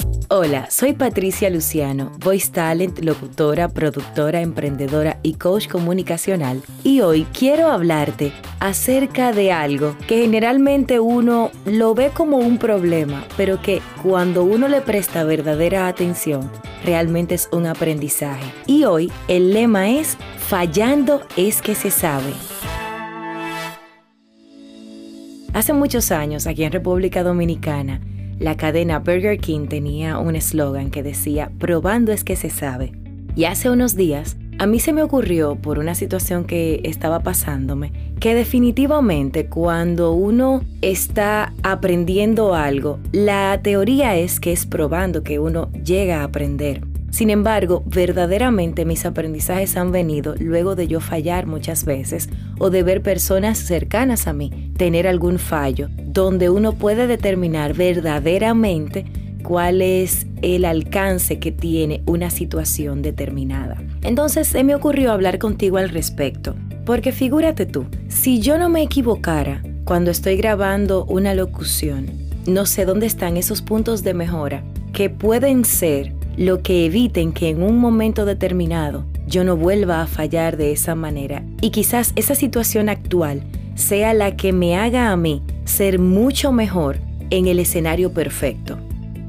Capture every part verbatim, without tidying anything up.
Hola, soy Patricia Luciano, Voice Talent, locutora, productora, emprendedora y coach comunicacional. Y hoy quiero hablarte acerca de algo que generalmente uno lo ve como un problema, pero que cuando uno le presta verdadera atención, realmente es un aprendizaje. Y hoy el lema es: fallando es que se sabe. Hace muchos años, aquí en República Dominicana, la cadena Burger King tenía un eslogan que decía: probando es que se sabe. Y hace unos días, a mí se me ocurrió, por una situación que estaba pasándome, que definitivamente cuando uno está aprendiendo algo, la teoría es que es probando que uno llega a aprender. Sin embargo, verdaderamente mis aprendizajes han venido luego de yo fallar muchas veces o de ver personas cercanas a mí tener algún fallo, donde uno puede determinar verdaderamente cuál es el alcance que tiene una situación determinada. Entonces se me ocurrió hablar contigo al respecto, porque figúrate tú, si yo no me equivocara cuando estoy grabando una locución, no sé dónde están esos puntos de mejora que pueden ser lo que eviten que en un momento determinado yo no vuelva a fallar de esa manera. Y quizás esa situación actual sea la que me haga a mí ser mucho mejor en el escenario perfecto.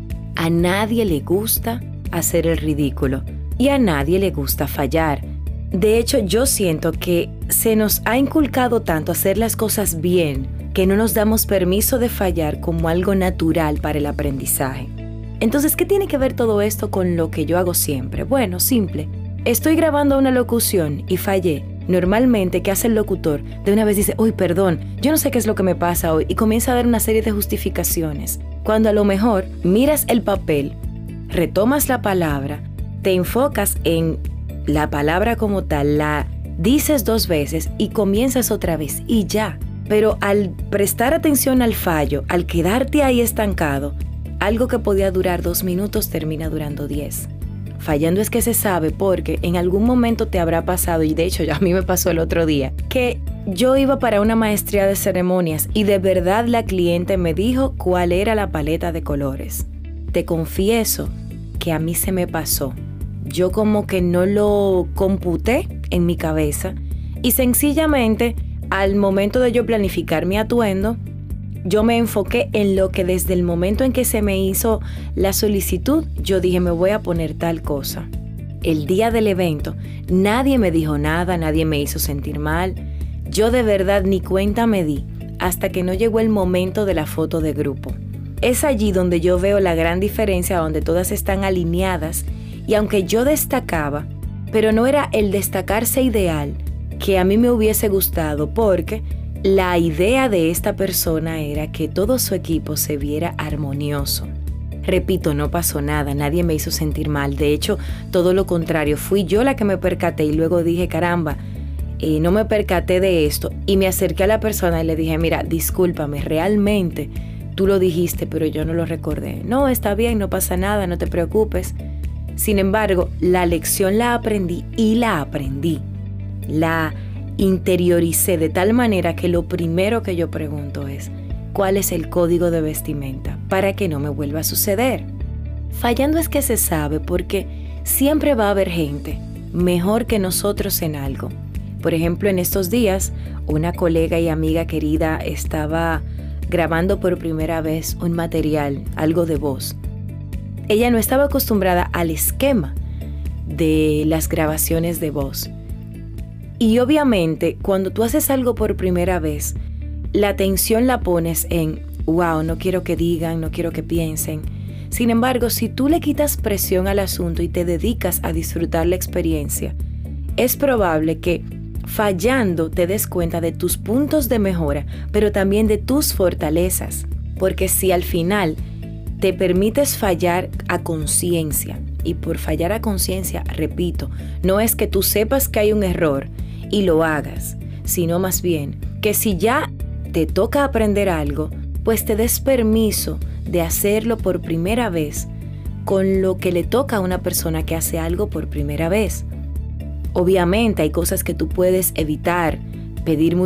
A nadie le gusta hacer el ridículo y a nadie le gusta fallar. De hecho, yo siento que se nos ha inculcado tanto hacer las cosas bien que no nos damos permiso de fallar como algo natural para el aprendizaje. Entonces, ¿qué tiene que ver todo esto con lo que yo hago siempre? Bueno, simple. Estoy grabando una locución y fallé. Normalmente, ¿qué hace el locutor? De una vez dice: uy, perdón, yo no sé qué es lo que me pasa hoy, y comienza a dar una serie de justificaciones. Cuando a lo mejor miras el papel, retomas la palabra, te enfocas en la palabra como tal, la dices dos veces y comienzas otra vez y ya. Pero al prestar atención al fallo, al quedarte ahí estancado, algo que podía durar dos minutos termina durando diez. Fallando es que se sabe, porque en algún momento te habrá pasado, y de hecho ya a mí me pasó el otro día, que yo iba para una maestría de ceremonias y de verdad la cliente me dijo cuál era la paleta de colores. Te confieso que a mí se me pasó. Yo como que no lo computé en mi cabeza y sencillamente al momento de yo planificar mi atuendo, yo me enfoqué en lo que desde el momento en que se me hizo la solicitud, yo dije: me voy a poner tal cosa. El día del evento, nadie me dijo nada, nadie me hizo sentir mal. Yo de verdad ni cuenta me di hasta que no llegó el momento de la foto de grupo. Es allí donde yo veo la gran diferencia, donde todas están alineadas, y aunque yo destacaba, pero no era el destacarse ideal que a mí me hubiese gustado, porque la idea de esta persona era que todo su equipo se viera armonioso. Repito, no pasó nada, nadie me hizo sentir mal. De hecho, todo lo contrario, fui yo la que me percaté y luego dije: caramba, eh, no me percaté de esto. Y me acerqué a la persona y le dije: mira, discúlpame, realmente tú lo dijiste, pero yo no lo recordé. No, está bien, no pasa nada, no te preocupes. Sin embargo, la lección la aprendí y la aprendí. La interioricé de tal manera que lo primero que yo pregunto es: ¿cuál es el código de vestimenta para que no me vuelva a suceder? Fallando es que se sabe, porque siempre va a haber gente mejor que nosotros en algo. Por ejemplo, en estos días, una colega y amiga querida estaba grabando por primera vez un material, algo de voz. Ella no estaba acostumbrada al esquema de las grabaciones de voz. Y obviamente, cuando tú haces algo por primera vez, la atención la pones en: wow, no quiero que digan, no quiero que piensen. Sin embargo, si tú le quitas presión al asunto y te dedicas a disfrutar la experiencia, es probable que fallando te des cuenta de tus puntos de mejora, pero también de tus fortalezas. Porque si al final te permites fallar a conciencia, y por fallar a conciencia, repito, no es que tú sepas que hay un error y lo hagas, sino más bien que si ya te toca aprender algo, pues te des permiso de hacerlo por primera vez con lo que le toca a una persona que hace algo por primera vez. Obviamente hay cosas que tú puedes evitar, pedir muy,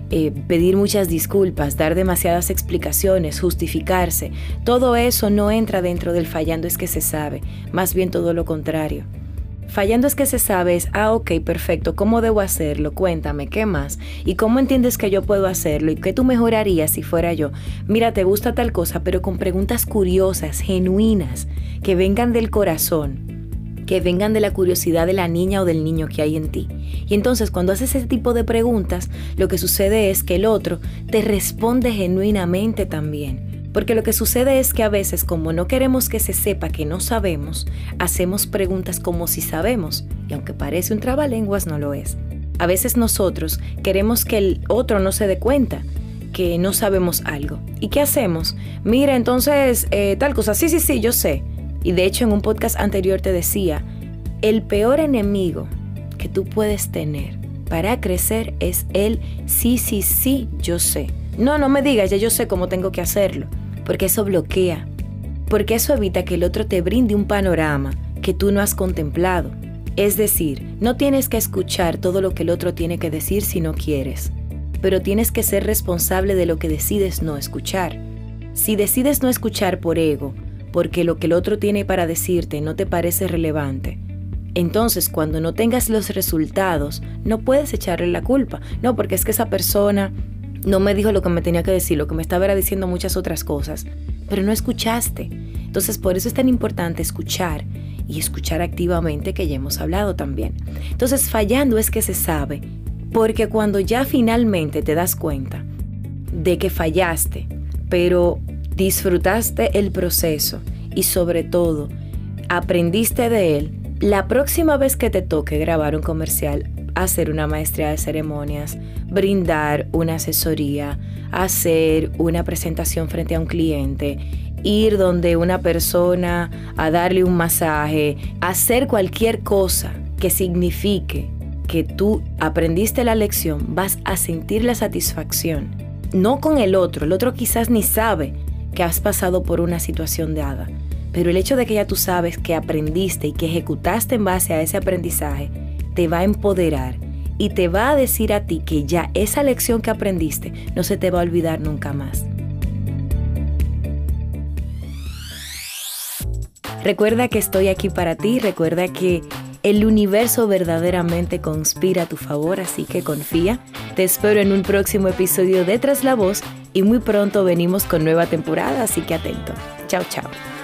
eh, pedir muchas disculpas, dar demasiadas explicaciones, justificarse. Todo eso no entra dentro del fallando es que se sabe, más bien todo lo contrario. Fallando es que se sabe es, ah, ok, perfecto, ¿cómo debo hacerlo? Cuéntame, ¿qué más? ¿Y cómo entiendes que yo puedo hacerlo? ¿Y qué tú mejorarías si fuera yo? Mira, te gusta tal cosa, pero con preguntas curiosas, genuinas, que vengan del corazón, que vengan de la curiosidad de la niña o del niño que hay en ti. Y entonces, cuando haces ese tipo de preguntas, lo que sucede es que el otro te responde genuinamente también. Porque lo que sucede es que a veces, como no queremos que se sepa que no sabemos, hacemos preguntas como si sabemos, y aunque parece un trabalenguas, no lo es. A veces nosotros queremos que el otro no se dé cuenta que no sabemos algo. ¿Y qué hacemos? Mira, entonces, eh, tal cosa, sí, sí, sí, yo sé. Y de hecho, en un podcast anterior te decía, el peor enemigo que tú puedes tener para crecer es el sí, sí, sí, yo sé. No, no me digas, ya yo sé cómo tengo que hacerlo. Porque eso bloquea, porque eso evita que el otro te brinde un panorama que tú no has contemplado. Es decir, no tienes que escuchar todo lo que el otro tiene que decir si no quieres, pero tienes que ser responsable de lo que decides no escuchar. Si decides no escuchar por ego, porque lo que el otro tiene para decirte no te parece relevante, entonces cuando no tengas los resultados, no puedes echarle la culpa. No, porque es que esa persona no me dijo lo que me tenía que decir, lo que me estaba era diciendo muchas otras cosas, pero no escuchaste. Entonces, por eso es tan importante escuchar y escuchar activamente, que ya hemos hablado también. Entonces, fallando es que se sabe, porque cuando ya finalmente te das cuenta de que fallaste, pero disfrutaste el proceso y sobre todo aprendiste de él, la próxima vez que te toque grabar un comercial, hacer una maestría de ceremonias, brindar una asesoría, hacer una presentación frente a un cliente, ir donde una persona a darle un masaje, hacer cualquier cosa que signifique que tú aprendiste la lección, vas a sentir la satisfacción. No con el otro, el otro quizás ni sabe que has pasado por una situación dada, pero el hecho de que ya tú sabes que aprendiste y que ejecutaste en base a ese aprendizaje, te va a empoderar y te va a decir a ti que ya esa lección que aprendiste no se te va a olvidar nunca más. Recuerda que estoy aquí para ti, recuerda que el universo verdaderamente conspira a tu favor, así que confía. Te espero en un próximo episodio de Tras la Voz y muy pronto venimos con nueva temporada, así que atento. Chao, chao.